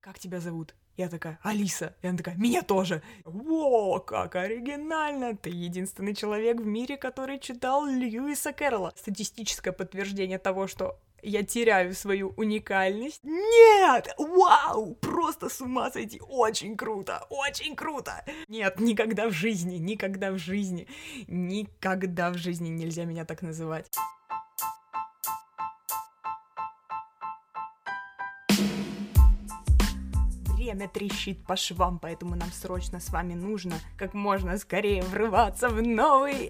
как тебя зовут? Я такая, Алиса. И она такая, меня тоже. Во, как оригинально. Ты единственный человек в мире, который читал Льюиса Кэрролла. Статистическое подтверждение того, что я теряю свою уникальность. Нет! Вау! Просто с ума сойти! Очень круто! Очень круто! Нет, никогда в жизни, никогда в жизни, никогда в жизни нельзя меня так называть. Время трещит по швам, поэтому нам срочно с вами нужно как можно скорее врываться в новый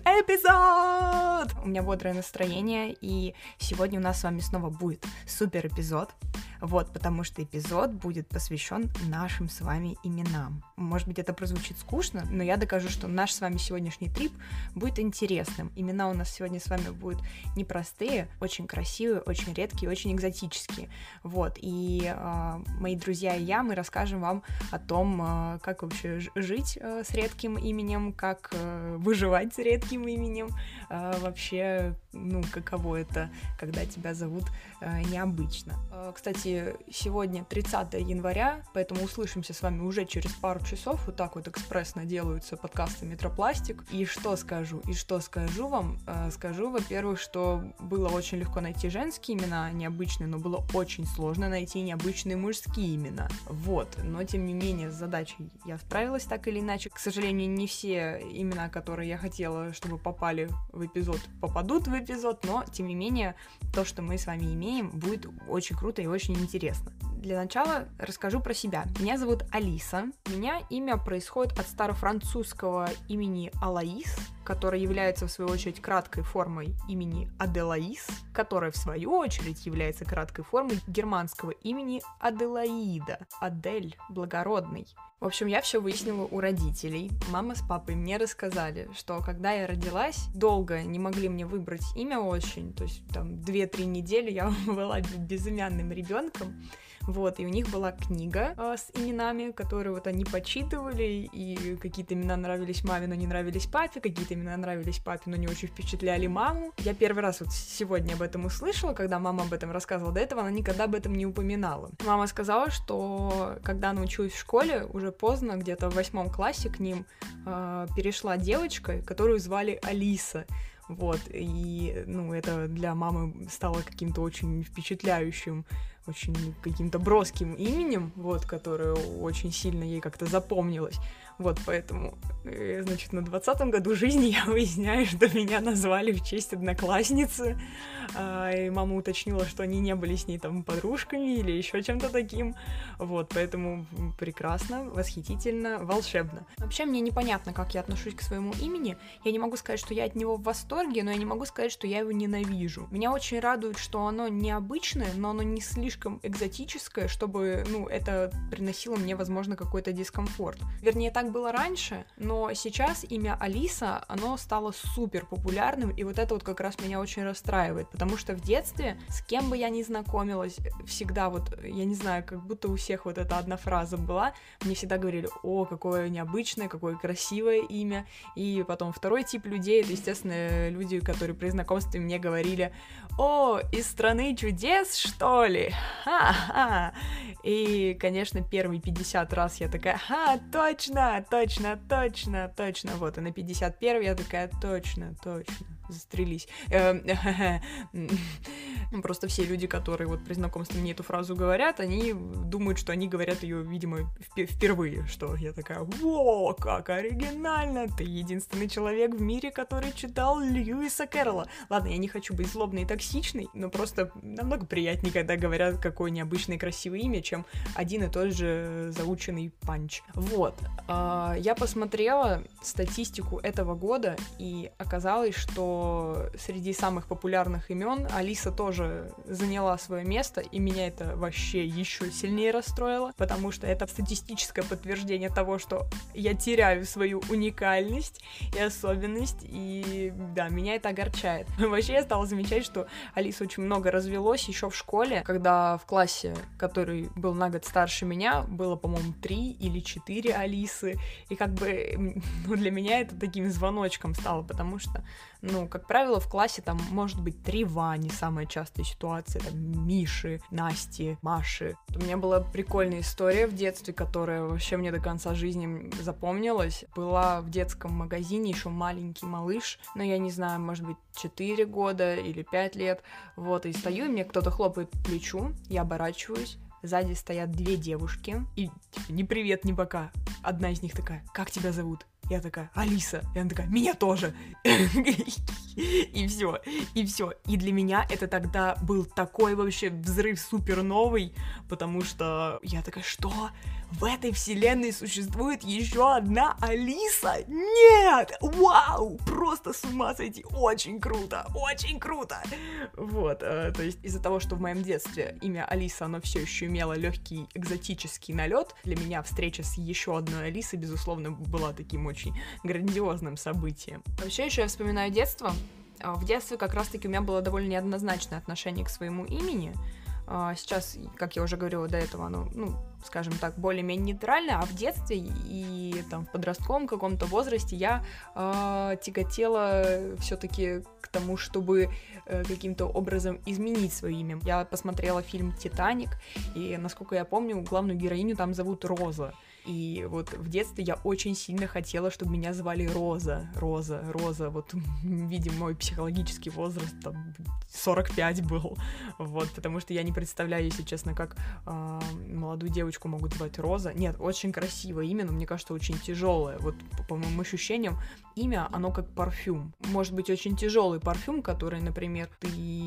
эпизод! У меня бодрое настроение, и сегодня у нас с вами снова будет супер эпизод. Вот, потому что эпизод будет посвящен нашим с вами именам. Может быть, это прозвучит скучно, но я докажу, что наш с вами сегодняшний трип будет интересным. Имена у нас сегодня с вами будут непростые, очень красивые, очень редкие, очень экзотические. Вот, и мои друзья и я, мы расскажем вам о том, как вообще жить с редким именем, как выживать с редким именем, вообще, каково это, когда тебя зовут необычно. Кстати, сегодня 30 января, поэтому услышимся с вами уже через пару часов. Вот так вот экспрессно делаются подкасты Метропластик. И что скажу вам? Скажу, во-первых, что было очень легко найти женские имена, необычные, но было очень сложно найти необычные мужские имена. Вот, но тем не менее с задачей я справилась так или иначе. К сожалению, не все имена, которые я хотела, чтобы попали в эпизод, попадут в эпизод, но тем не менее то, что мы с вами имеем, будет очень круто и очень интересно. Для начала расскажу про себя. Меня зовут Алиса. У меня имя происходит от старофранцузского имени Алаис, которое является, в свою очередь, краткой формой имени Аделаис, которая, в свою очередь, является краткой формой германского имени Аделаида. Адель, благородный. В общем, я все выяснила у родителей. Мама с папой мне рассказали, что когда я родилась, долго не могли мне выбрать имя очень, то есть там 2-3 недели я была безымянным ребенком. Вот, и у них была книга с именами, которые вот они почитывали, и какие-то имена нравились маме, но не нравились папе, какие-то имена нравились папе, но не очень впечатляли маму. Я первый раз вот сегодня об этом услышала, когда мама об этом рассказывала. До этого она никогда об этом не упоминала. Мама сказала, что когда она училась в школе, уже поздно, где-то в 8 классе к ним перешла девочка, которую звали Алиса. Вот, и, это для мамы стало каким-то очень впечатляющим, очень каким-то броским именем, вот, которое очень сильно ей как-то запомнилось. Вот, поэтому, значит, на 20-м году жизни я выясняю, что меня назвали в честь одноклассницы, и мама уточнила, что они не были с ней там подружками или еще чем-то таким, вот, поэтому прекрасно, восхитительно, волшебно. Вообще, мне непонятно, как я отношусь к своему имени, я не могу сказать, что я от него в восторге, но я не могу сказать, что я его ненавижу. Меня очень радует, что оно необычное, но оно не слишком экзотическое, чтобы, это приносило мне, возможно, какой-то дискомфорт. Вернее, так было раньше, но сейчас имя Алиса, оно стало супер популярным, и вот это вот как раз меня очень расстраивает, потому что в детстве, с кем бы я ни знакомилась, всегда вот, я не знаю, как будто у всех вот эта одна фраза была, мне всегда говорили, о, какое необычное, какое красивое имя, и потом второй тип людей, это, естественно, люди, которые при знакомстве мне говорили, о, из страны чудес, что ли? Ха-ха! И, конечно, первые 50 раз я такая, точно, вот, и на 51 я такая, точно, застрелись. Просто все люди, которые вот при знакомстве мне эту фразу говорят, они думают, что они говорят ее, видимо, впервые, что я такая, во, как оригинально, ты единственный человек в мире, который читал Льюиса Кэрролла. Ладно, я не хочу быть злобной и токсичной, но просто намного приятнее, когда говорят какое необычное красивое имя, чем один и тот же заученный панч. Вот, я посмотрела статистику этого года, и оказалось, что среди самых популярных имен Алиса тоже заняла свое место, и меня это вообще еще сильнее расстроило, потому что это статистическое подтверждение того, что я теряю свою уникальность и особенность, и да, меня это огорчает. Вообще я стала замечать, что Алис очень много развелось еще в школе, когда в классе, который был на год старше меня, было, по-моему, 3 или 4 Алисы, и как бы, для меня это таким звоночком стало, потому что, Поэтому, как правило, в классе там может быть 3 Вани, самая частая ситуация, там, Миши, Насти, Маши. У меня была прикольная история в детстве, которая вообще мне до конца жизни запомнилась. Была в детском магазине еще маленький малыш, но я не знаю, может быть, 4 года или 5 лет, вот, и стою, и мне кто-то хлопает по плечу, я оборачиваюсь, сзади стоят 2 девушки, и типа, ни привет, ни пока. Одна из них такая: как тебя зовут? Я такая: Алиса. И она такая: меня тоже. И все. И для меня это тогда был такой вообще взрыв супер новый, потому что я такая: что? В этой вселенной существует еще одна Алиса? Нет! Вау! Просто с ума сойти! Очень круто! Очень круто! Вот, то есть из-за того, что в моем детстве имя Алиса, оно все еще имело легкий экзотический налет, для меня встреча с еще одной Алисой, безусловно, была таким очень грандиозным событием. Вообще еще я вспоминаю детство. В детстве как раз-таки у меня было довольно неоднозначное отношение к своему имени. Сейчас, как я уже говорила до этого, оно, скажем так, более-менее нейтральное, а в детстве и там в подростковом каком-то возрасте я тяготела все-таки к тому, чтобы каким-то образом изменить свое имя. Я посмотрела фильм «Титаник», и, насколько я помню, главную героиню там зовут Роза. И вот в детстве я очень сильно хотела, чтобы меня звали Роза. Вот, видимо, мой психологический возраст там 45 был, вот, потому что я не представляю, если честно, как молодую девочку могут звать Роза. Нет, очень красивое имя, но мне кажется, очень тяжелое. Вот, по моим ощущениям, имя, оно как парфюм. Может быть, очень тяжелый парфюм, который, например, ты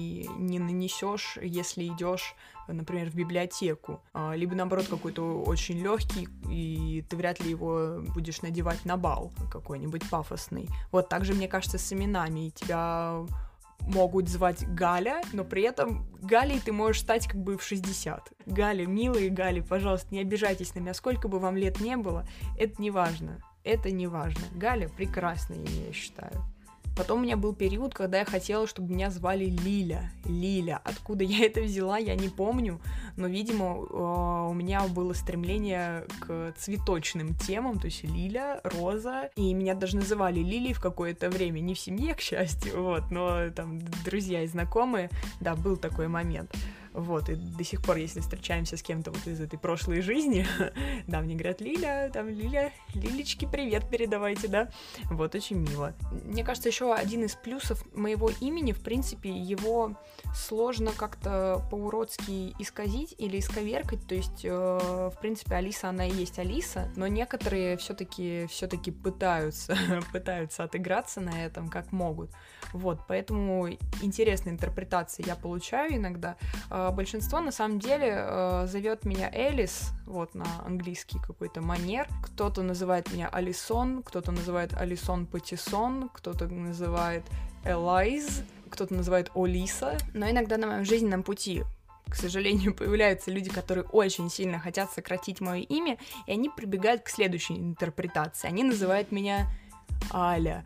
не нанесешь, если идешь, например, в библиотеку, либо, наоборот, какой-то очень легкий, и ты вряд ли его будешь надевать на бал какой-нибудь пафосный. Вот так же, мне кажется, с именами. Тебя могут звать Галя, но при этом Галей ты можешь стать как бы в 60. Галя, милые Гали, пожалуйста, не обижайтесь на меня, сколько бы вам лет не было, это не важно. Это не важно. Галя — прекрасное имя, я считаю. Потом у меня был период, когда я хотела, чтобы меня звали Лиля. Лиля. Откуда я это взяла, я не помню, но, видимо, у меня было стремление к цветочным темам, то есть Лиля, Роза, и меня даже называли Лилей в какое-то время, не в семье, к счастью, вот, но там друзья и знакомые, да, был такой момент. Вот, и до сих пор, если встречаемся с кем-то вот из этой прошлой жизни, да, мне говорят: Лиля, там, Лиля, Лилечки, привет передавайте, да, вот, очень мило. Мне кажется, еще один из плюсов моего имени, в принципе, его сложно как-то по-уродски исказить или исковеркать, то есть, в принципе, Алиса, она и есть Алиса, но некоторые все-таки пытаются отыграться на этом, как могут. Вот, поэтому интересные интерпретации я получаю иногда. Большинство, на самом деле, зовет меня Элис, вот, на английский какой-то манер. Кто-то называет меня Алисон, кто-то называет Алисон Патисон, кто-то называет Элайз, кто-то называет Олиса. Но иногда на моем жизненном пути, к сожалению, появляются люди, которые очень сильно хотят сократить мое имя, и они прибегают к следующей интерпретации. Они называют меня Аля.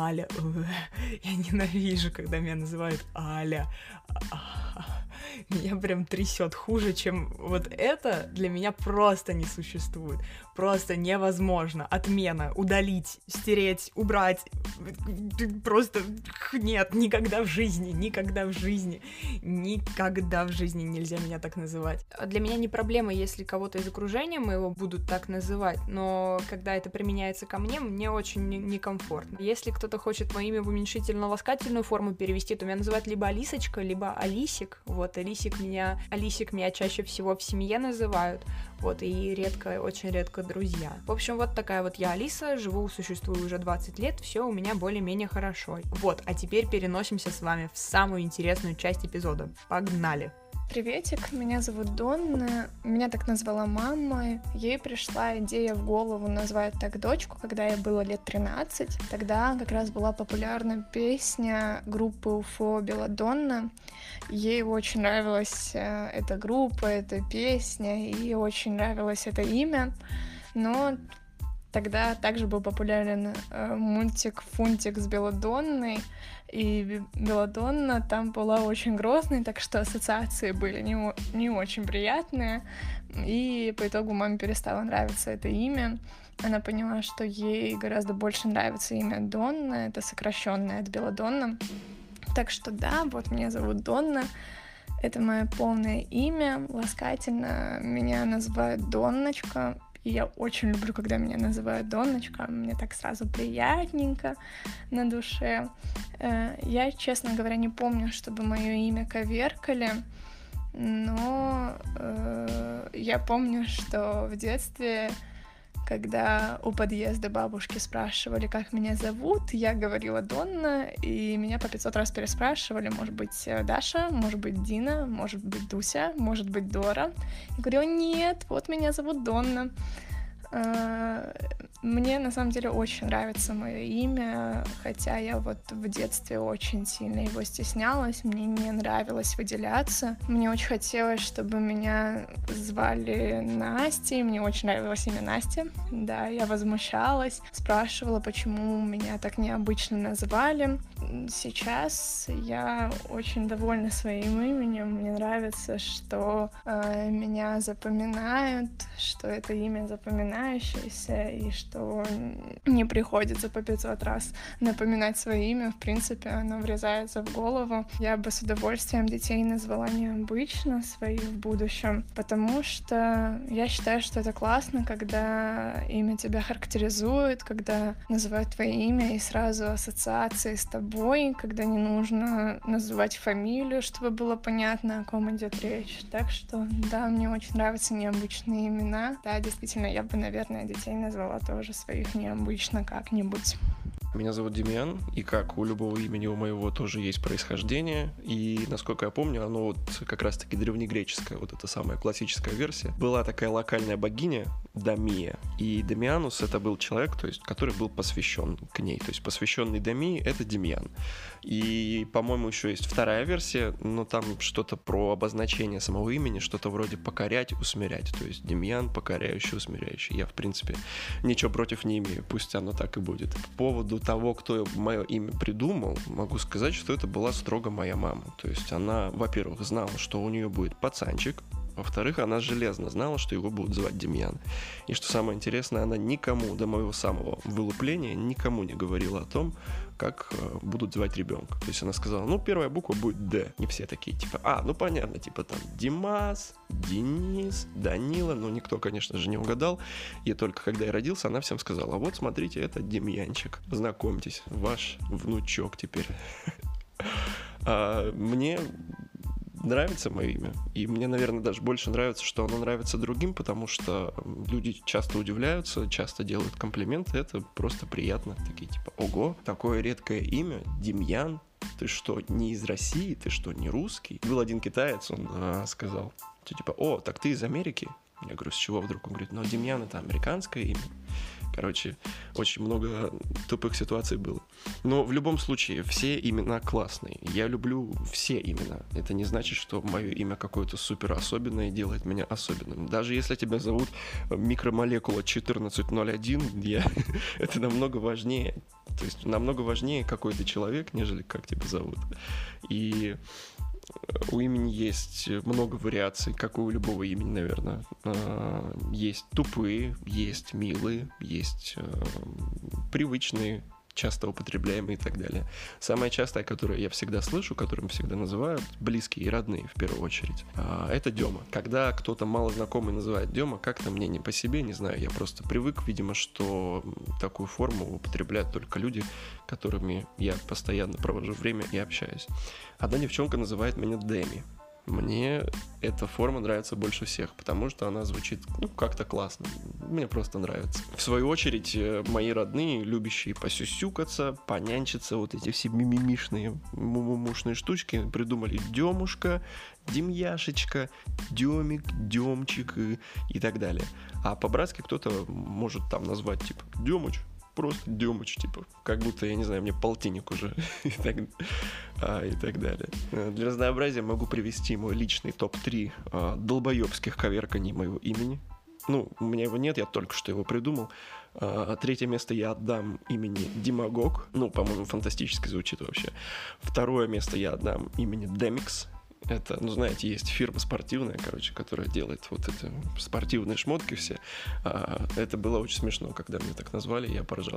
Я ненавижу, когда меня называют Аля. Меня прям трясет хуже, чем вот это для меня просто не существует. Просто невозможно. Отмена, удалить, стереть, убрать. Просто нет, никогда в жизни нельзя меня так называть. Для меня не проблема, если кого-то из окружения моего будут так называть, но когда это применяется ко мне очень некомфортно. Если кто-то хочет мое имя в уменьшительно-ласкательную форму перевести, то меня называют либо Алисочка, либо Алисик. Вот, Алисик меня чаще всего в семье называют, вот, и очень редко друзья. В общем, вот такая вот я Алиса, существую уже 20 лет, все у меня более-менее хорошо. Вот, а теперь переносимся с вами в самую интересную часть эпизода. Погнали! Приветик, меня зовут Донна, меня так назвала мама, ей пришла идея в голову назвать так дочку, когда ей было лет 13, тогда как раз была популярна песня группы УФО «Белладонна», ей очень нравилась эта группа, эта песня, и очень нравилось это имя, но Тогда также был популярен мультик «Фунтик» с Белладонной, и Белладонна там была очень грозной, так что ассоциации были не очень приятные, и по итогу маме перестало нравиться это имя. Она поняла, что ей гораздо больше нравится имя Донна, это сокращенное от Белладонна. Так что да, вот меня зовут Донна, это мое полное имя, ласкательно меня называют Донночка, и я очень люблю, когда меня называют Донночка, мне так сразу приятненько на душе. Я, честно говоря, не помню, чтобы мое имя коверкали, но я помню, что в детстве, когда у подъезда бабушки спрашивали, как меня зовут, я говорила Донна, и меня по 500 раз переспрашивали, может быть, Даша, может быть, Дина, может быть, Дуся, может быть, Дора. Я говорю, нет, вот меня зовут Донна. Мне на самом деле очень нравится мое имя, хотя я вот в детстве очень сильно его стеснялась, мне не нравилось выделяться, мне очень хотелось, чтобы меня звали Настей, мне очень нравилось имя Настя, да, я возмущалась, спрашивала, почему меня так необычно назвали. Сейчас я очень довольна своим именем, мне нравится, что меня запоминают, что это имя запоминающееся, и что не приходится по 500 раз напоминать свое имя, в принципе, оно врезается в голову. Я бы с удовольствием детей назвала необычно своих в будущем, потому что я считаю, что это классно, когда имя тебя характеризует, когда называют твое имя и сразу ассоциации с тобой, когда не нужно называть фамилию, чтобы было понятно, о ком идет речь. Так что, да, мне очень нравятся необычные имена. Да, действительно, я бы, наверное, детей назвала тоже своих необычно как-нибудь. Меня зовут Демьян, и как у любого имени у моего тоже есть происхождение, и, насколько я помню, оно вот как раз-таки древнегреческое, вот эта самая классическая версия. Была такая локальная богиня Дамия, и Дамианус — это был человек, то есть, который был посвящен к ней, то есть посвященный Дамии — это Демьян. И, по-моему, еще есть вторая версия, но там что-то про обозначение самого имени, что-то вроде покорять, усмирять, то есть Демьян, покоряющий, усмиряющий. Я, в принципе, ничего против не имею, пусть оно так и будет. По поводу того, кто мое имя придумал, могу сказать, что это была строго моя мама. То есть она, во-первых, знала, что у нее будет пацанчик, во-вторых, она железно знала, что его будут звать Демьян. И что самое интересное, она никому до моего самого вылупления никому не говорила о том, как будут звать ребенка. То есть она сказала, ну, первая буква будет Д. Не все такие, типа, ну, понятно, типа там Димас, Денис, Данила. Но никто, конечно же, не угадал. И только когда я родился, она всем сказала, вот, смотрите, это Демьянчик. Знакомьтесь, ваш внучок теперь. Мне нравится мое имя, и мне, наверное, даже больше нравится, что оно нравится другим, потому что люди часто удивляются, часто делают комплименты, это просто приятно, такие типа, ого, такое редкое имя, Демьян, ты что, не из России, ты что, не русский? Был один китаец, он сказал, типа, о, так ты из Америки? Я говорю, с чего вдруг? Он говорит, ну, Демьян — это американское имя. Короче, очень много тупых ситуаций было. Но в любом случае, все имена классные. Я люблю все имена. Это не значит, что мое имя какое-то супер особенное и делает меня особенным. Даже если тебя зовут микромолекула 1401, это намного важнее. То есть намного важнее, какой ты человек, нежели как тебя зовут. И у имени есть много вариаций, как у любого имени, наверное. Есть тупые, есть милые, есть привычные, часто употребляемые и так далее. Самое частое, которое я всегда слышу, которым всегда называют близкие и родные, в первую очередь, это Дема. Когда кто-то малознакомый называет Дема, как-то мне не по себе, не знаю, я просто привык, видимо, что такую форму употребляют только люди, которыми я постоянно провожу время и общаюсь. Одна девчонка называет меня Дэми. Мне эта форма нравится больше всех, потому что она звучит, как-то классно. Мне просто нравится. В свою очередь, мои родные, любящие посюсюкаться, понянчиться, вот эти все мимимишные, мумушные штучки, придумали Демушка, Демьяшечка, Демик, Демчик и так далее. А по-братски кто-то может там назвать, типа, Демыч. Просто Демыч, типа, как будто, я не знаю, мне полтинник уже и так далее. Для разнообразия могу привести мой личный топ-3 долбоебских коверканий моего имени. Ну, у меня его нет, я только что его придумал. Третье место я отдам имени Демагог. Ну, по-моему, фантастически звучит вообще. Второе место я отдам имени Demix. Это, ну, знаете, есть фирма спортивная, короче, которая делает вот эти спортивные шмотки все. Это было очень смешно, когда меня так назвали, я поржал.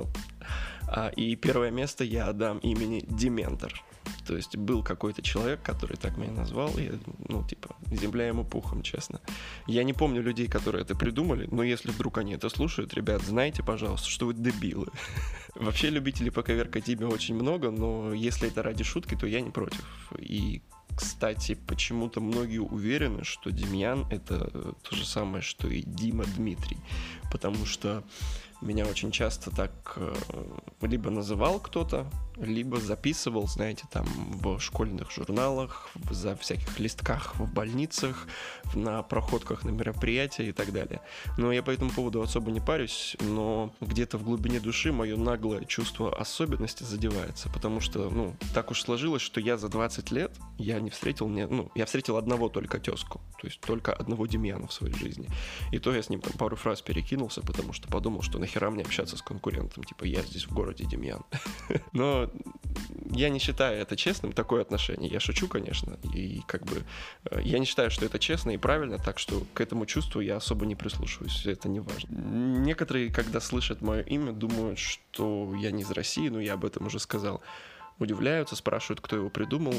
И первое место я отдам имени Дементор. То есть был какой-то человек, который так меня назвал, и, ну, типа, земля ему пухом, честно. Я не помню людей, которые это придумали, но если вдруг они это слушают, ребят, знайте, пожалуйста, что вы дебилы. Вообще любителей поковеркать имя очень много, но если это ради шутки, то я не против. И, кстати, почему-то многие уверены, что Демьян — это то же самое, что и Дима Дмитрий, потому что меня очень часто так либо называл кто-то, либо записывал, знаете, там в школьных журналах, за всяких листках в больницах, на проходках на мероприятия и так далее. Но я по этому поводу особо не парюсь, но где-то в глубине души мое наглое чувство особенности задевается, потому что, ну, так уж сложилось, что я за 20 лет я не встретил, я встретил одного только тезку, то есть только одного Демьяна в своей жизни. И то я с ним там пару фраз перекинулся, потому что подумал, что нахера мне общаться с конкурентом, типа я здесь в городе Демьян. Но я не считаю это честным, такое отношение. Я шучу, конечно, и как бы я не считаю, что это честно и правильно, так что к этому чувству я особо не прислушиваюсь, это не важно. Некоторые, когда слышат мое имя, думают, что я не из России, но я об этом уже сказал. Удивляются, спрашивают, кто его придумал.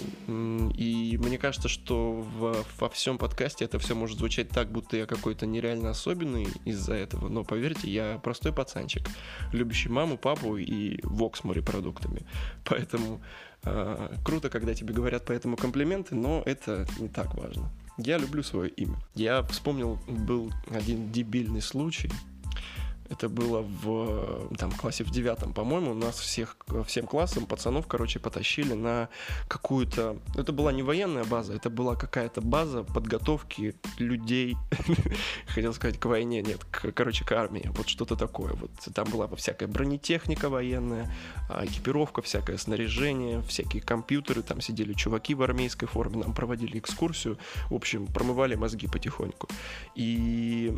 И мне кажется, что во всем подкасте это все может звучать так, будто я какой-то нереально особенный из-за этого. Но поверьте, я простой пацанчик, любящий маму, папу и вок с морепродуктами. Поэтому круто, когда тебе говорят поэтому комплименты, но это не так важно. Я люблю свое имя. Я вспомнил, был один дебильный случай. Это было в классе в 9, по-моему, нас всем классом пацанов, короче, потащили на какую-то... Это была не военная база, это была какая-то база подготовки людей, хотел сказать, к войне, нет, к армии, вот что-то такое. Вот там была всякая бронетехника военная, экипировка, всякое снаряжение, всякие компьютеры, там сидели чуваки в армейской форме, нам проводили экскурсию, в общем, промывали мозги потихоньку. И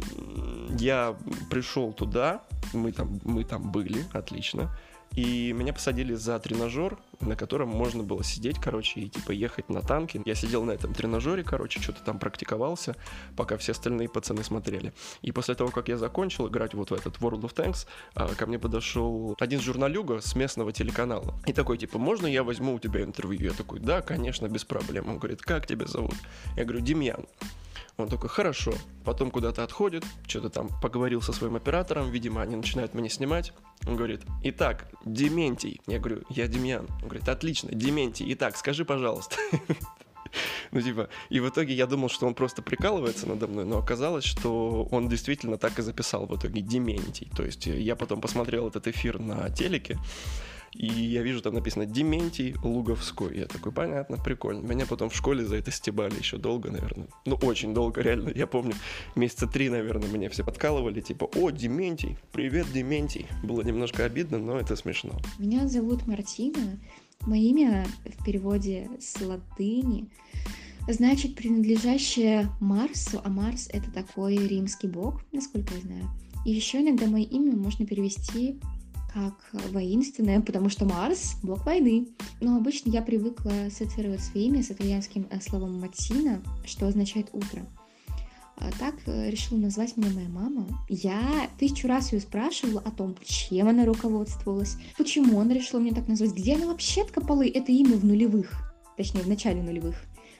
я пришел туда, мы там были, отлично. И меня посадили за тренажер, на котором можно было сидеть, короче, и типа ехать на танке. Я сидел на этом тренажере, короче, что-то там практиковался, пока все остальные пацаны смотрели. И после того, как я закончил играть вот в этот World of Tanks, ко мне подошел один журналюга с местного телеканала. И такой, типа, можно я возьму у тебя интервью? Я такой, да, конечно, без проблем. Он говорит, как тебя зовут? Я говорю, Демьян. Он такой, хорошо. Потом куда-то отходит, что-то там поговорил со своим оператором, видимо, они начинают меня снимать. Он говорит, итак, Дементий. Я говорю, я Демьян. Он говорит, отлично, Дементий. Итак, скажи, пожалуйста. Ну, типа, и в итоге я думал, что он просто прикалывается надо мной, но оказалось, что он действительно так и записал в итоге Дементий. То есть я потом посмотрел этот эфир на телеке, и я вижу, там написано «Дементий Луговской». Я такой, понятно, прикольно. Меня потом в школе за это стебали еще долго, наверное. Ну, очень долго, реально. Я помню, месяца 3, наверное, меня все подкалывали, типа «О, Дементий! Привет, Дементий!» Было немножко обидно, но это смешно. Меня зовут Мартина. Мое имя в переводе с латыни значит «принадлежащее Марсу», а Марс — это такой римский бог, насколько я знаю. И еще иногда мое имя можно перевести как воинственное, потому что Марс — бог войны. Но обычно я привыкла ассоциировать свое имя с итальянским словом «матина», что означает «утро». Так решила назвать меня моя мама. Я 1000 раз ее спрашивала о том, чем она руководствовалась, почему она решила меня так назвать, где она вообще откопала это имя в нулевых, точнее, в начале нулевых.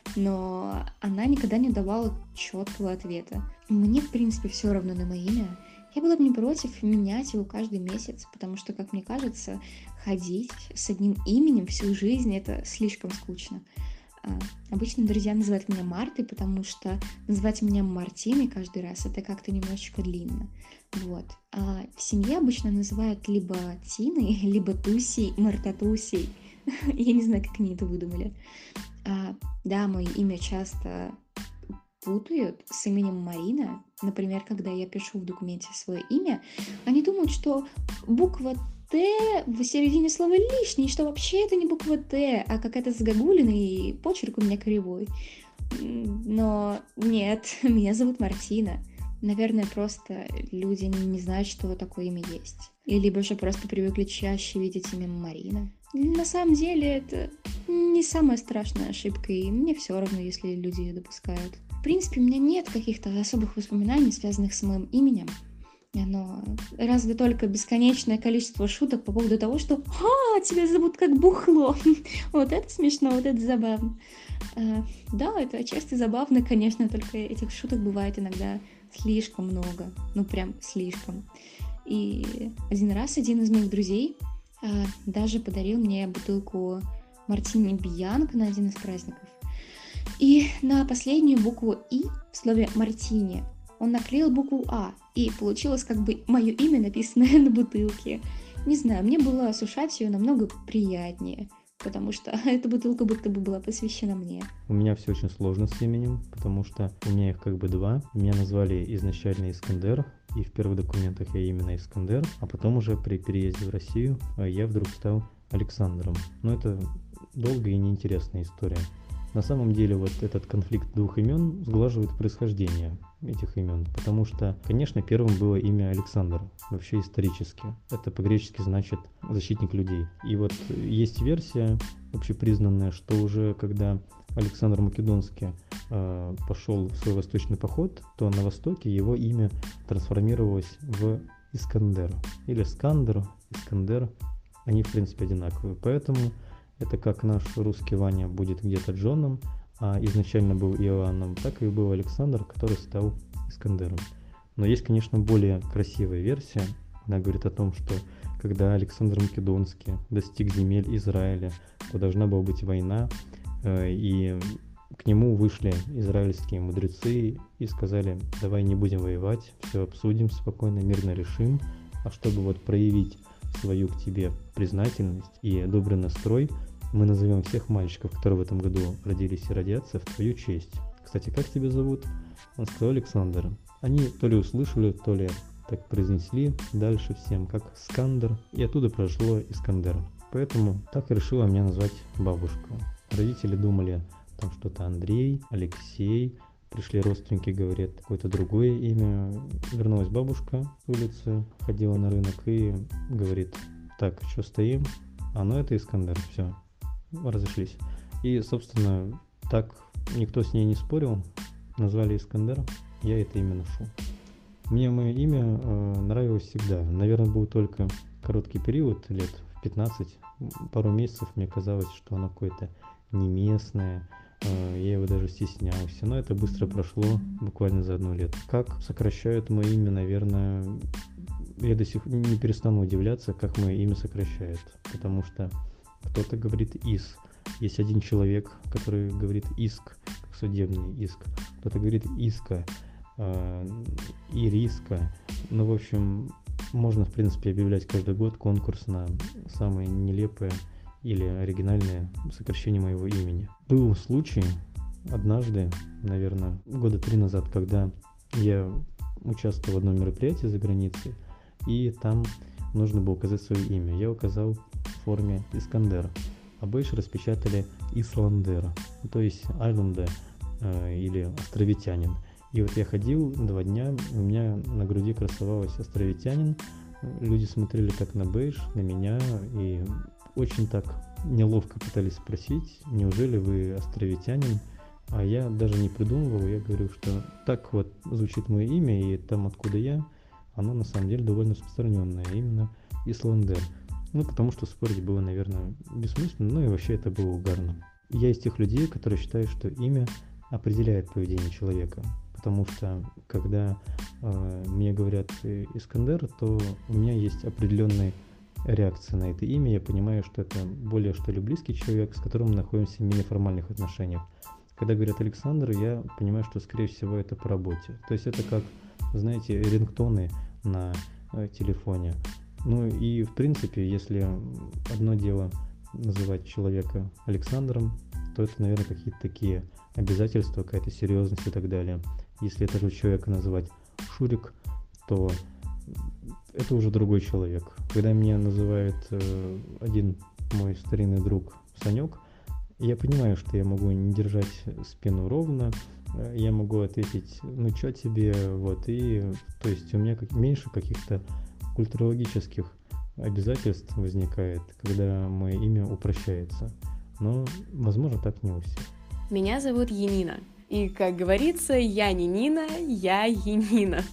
Но она никогда не давала четкого ответа. Мне, в принципе, все равно на мое имя. Я была бы не против менять его каждый месяц, потому что, как мне кажется, ходить с одним именем всю жизнь — это слишком скучно. Обычно друзья называют меня Мартой, потому что называть меня Мартиной каждый раз — это как-то немножечко длинно. Вот. А в семье обычно называют либо Тиной, либо Тусей, Мартатусей. Я не знаю, как они это выдумали. Да, мое имя часто путают с именем Марина. Например, когда я пишу в документе свое имя, они думают, что буква Т в середине слова лишняя, что вообще это не буква Т, а какая-то загогулина, и почерк у меня кривой. Но нет, меня зовут Мартина. Наверное, просто люди не знают, что такое имя есть. И либо же просто привыкли чаще видеть имя Марина. На самом деле это не самая страшная ошибка, и мне все равно, если люди ее допускают. В принципе, у меня нет каких-то особых воспоминаний, связанных с моим именем. Но разве только бесконечное количество шуток по поводу того, что тебя зовут как Бухло. Вот это смешно, вот это забавно. Да, это отчасти забавно, конечно, только этих шуток бывает иногда слишком много. Ну, прям слишком. И один раз один из моих друзей даже подарил мне бутылку мартини Бьянко на один из праздников. И на последнюю букву «и» в слове «мартини» он наклеил букву «а», и получилось как бы мое имя, написанное на бутылке. Не знаю, мне было осушать ее намного приятнее, потому что эта бутылка будто бы была посвящена мне. У меня все очень сложно с именем, потому что у меня их как бы два. Меня назвали изначально Искандер, и в первых документах я именно Искандер, а потом уже при переезде в Россию я вдруг стал Александром. Но это долгая и неинтересная история. На самом деле вот этот конфликт двух имен сглаживает происхождение этих имен, потому что, конечно, первым было имя Александр, вообще исторически. Это по-гречески значит «защитник людей». И вот есть версия общепризнанная, что уже когда Александр Македонский пошел в свой восточный поход, то на востоке его имя трансформировалось в Искандер. Или Скандер, Искандер, они в принципе одинаковые. Поэтому это как наш русский Ваня будет где-то Джоном, а изначально был Иоанном, так и был Александр, который стал Искандером. Но есть, конечно, более красивая версия. Она говорит о том, что когда Александр Македонский достиг земель Израиля, то должна была быть война, и к нему вышли израильские мудрецы и сказали: давай не будем воевать, все обсудим спокойно, мирно решим, а чтобы вот проявить свою к тебе признательность и добрый настрой, мы назовем всех мальчиков, которые в этом году родились и родятся, в твою честь. Кстати, как тебя зовут? Он сказал: Александр. Они то ли услышали, то ли так произнесли дальше всем, как Скандер, и оттуда прошло Искандер. Поэтому так и решила меня назвать бабушка. Родители думали, там что-то Андрей, Алексей. Пришли родственники, говорят, какое-то другое имя. Вернулась бабушка с улицы, ходила на рынок и говорит: так, что стоим? А ну это Искандер, все, разошлись. И, собственно, так никто с ней не спорил, назвали Искандер, я это имя ношу. Мне мое имя нравилось всегда. Наверное, был только короткий период, лет в 15, пару месяцев мне казалось, что оно какое-то не местное, я его даже стеснялся, но это быстро прошло, буквально за 1 лет. Как сокращают мое имя, наверное, я до сих пор не перестану удивляться, как мое имя сокращают, потому что кто-то говорит «ис». Есть один человек, который говорит «иск», как судебный иск. Кто-то говорит «иска», «ириска». Ну, в общем, можно, в принципе, объявлять каждый год конкурс на самое нелепое или оригинальное сокращение моего имени. Был случай однажды, наверное, 3 года назад, когда я участвовал в одном мероприятии за границей, и там нужно было указать свое имя. Я указал в форме Искандер, а больше распечатали Исландер, то есть Айлендер или островитянин. И вот я ходил 2 дня, у меня на груди красовалось островитянин, люди смотрели так на бейдж, на меня, и очень так неловко пытались спросить, неужели вы островитянин? А я даже не придумывал, я говорю, что так вот звучит мое имя, и там, откуда я, оно на самом деле довольно распространенное, именно Исландер. Ну, потому что спорить было, наверное, бессмысленно, ну и вообще это было угарно. Я из тех людей, которые считают, что имя определяет поведение человека. Потому что, когда мне говорят Искандер, то у меня есть определенная реакция на это имя. Я понимаю, что это более что ли близкий человек, с которым мы находимся в менее формальных отношениях. Когда говорят Александр, я понимаю, что, скорее всего, это по работе. То есть это как, знаете, рингтоны на телефоне. Ну и, в принципе, если одно дело называть человека Александром, то это, наверное, какие-то такие обязательства, какая-то серьезность и так далее. Если этого человека называть Шурик, то это уже другой человек. Когда меня называет один мой старинный друг Санек, я понимаю, что я могу не держать спину ровно, я могу ответить, ну чё тебе, вот, и то есть у меня меньше каких-то культурологических обязательств возникает, когда мое имя упрощается. Но, возможно, так не у всех. Меня зовут Янина. И, как говорится, я не Нина, я Янина.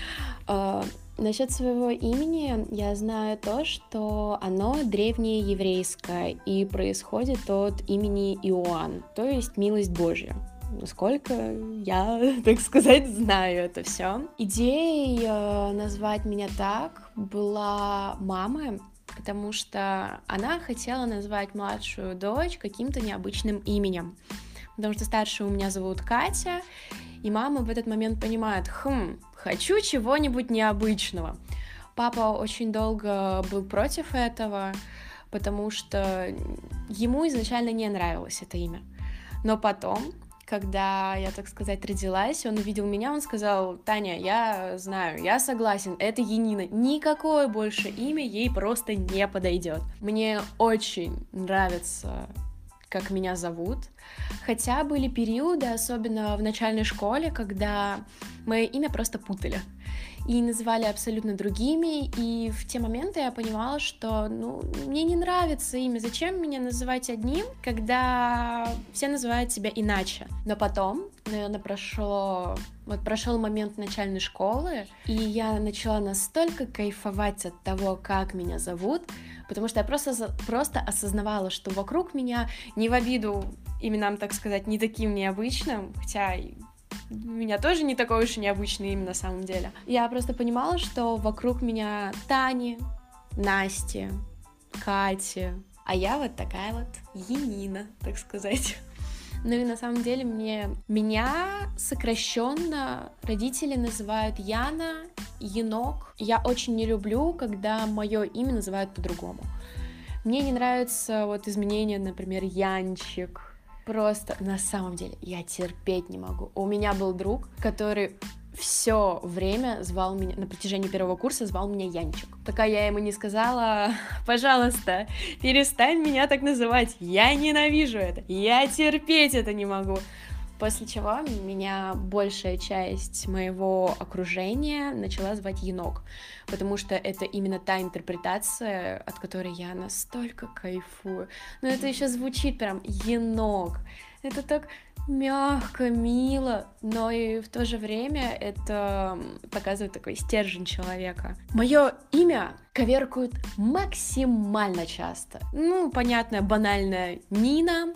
Насчет своего имени я знаю то, что оно древнееврейское и происходит от имени Иоанн, то есть милость Божья. Насколько я, так сказать, знаю это все. Идеей назвать меня так была мамы, потому что она хотела назвать младшую дочь каким-то необычным именем. Потому что старшую у меня зовут Катя, и мама в этот момент понимает, хочу чего-нибудь необычного. Папа очень долго был против этого, потому что ему изначально не нравилось это имя. Но потом, когда я, так сказать, родилась, он увидел меня, он сказал: Таня, я знаю, я согласен, это Янина, никакое больше имя ей просто не подойдет. Мне очень нравится, как меня зовут, хотя были периоды, особенно в начальной школе, когда мое имя просто путали и называли абсолютно другими, и в те моменты я понимала, что, мне не нравится имя, зачем меня называть одним, когда все называют себя иначе. Но потом, наверное, прошел момент начальной школы, и я начала настолько кайфовать от того, как меня зовут, потому что я просто осознавала, что вокруг меня, не в обиду именам, так сказать, не таким необычным, хотя у меня тоже не такое уж и необычное имя на самом деле. Я просто понимала, что вокруг меня Тани, Насти, Кати, а я вот такая вот Янина, так сказать. Ну и на самом деле меня сокращенно родители называют Яна, Енок. Я очень не люблю, когда мое имя называют по-другому. Мне не нравится изменение, например, Янчик. Просто на самом деле я терпеть не могу. У меня был друг, который все время звал меня, на протяжении первого курса звал меня Янчик. Пока я ему не сказала: пожалуйста, перестань меня так называть, я ненавижу это, я терпеть это не могу. После чего меня большая часть моего окружения начала звать Енок, потому что это именно та интерпретация, от которой я настолько кайфую. Но это еще звучит прям Енок. Это так мягко, мило, но и в то же время это показывает такой стержень человека. Мое имя коверкуют максимально часто. Понятно, банально Нина,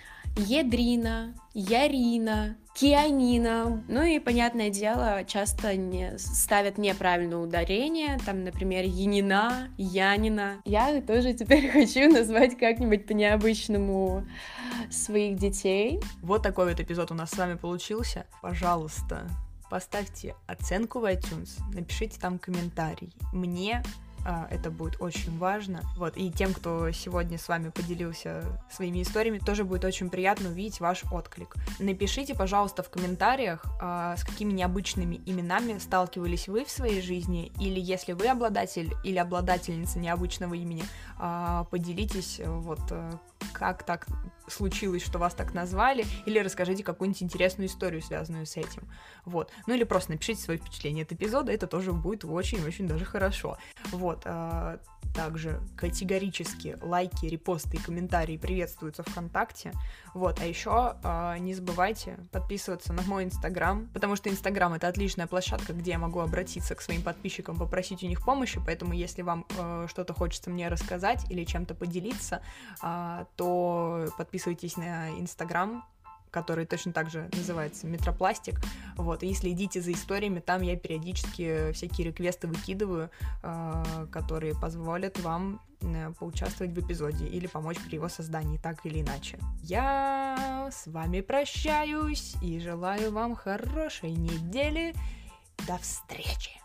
Едрина, Ярина, Кианина. И, понятное дело, часто ставят неправильное ударение, там, например, Янина, Янина. Я тоже теперь хочу назвать как-нибудь по-необычному своих детей. Вот такой вот эпизод у нас с вами получился. Пожалуйста, поставьте оценку в iTunes, напишите там комментарий. Мне это будет очень важно. И тем, кто сегодня с вами поделился своими историями, тоже будет очень приятно увидеть ваш отклик. Напишите, пожалуйста, в комментариях, с какими необычными именами сталкивались вы в своей жизни, или если вы обладатель или обладательница необычного имени, поделитесь, как так случилось, что вас так назвали, или расскажите какую-нибудь интересную историю, связанную с этим. Или просто напишите свои впечатления от эпизода, это тоже будет очень-очень даже хорошо. Также категорически лайки, репосты и комментарии приветствуются ВКонтакте. А еще не забывайте подписываться на мой Инстаграм, потому что Инстаграм — это отличная площадка, где я могу обратиться к своим подписчикам, попросить у них помощи, поэтому если вам что-то хочется мне рассказать или чем-то поделиться, то подписывайтесь на Инстаграм, который точно так же называется Метропластик. И следите за историями, там я периодически всякие реквесты выкидываю, которые позволят вам поучаствовать в эпизоде или помочь при его создании, так или иначе. Я с вами прощаюсь и желаю вам хорошей недели. До встречи!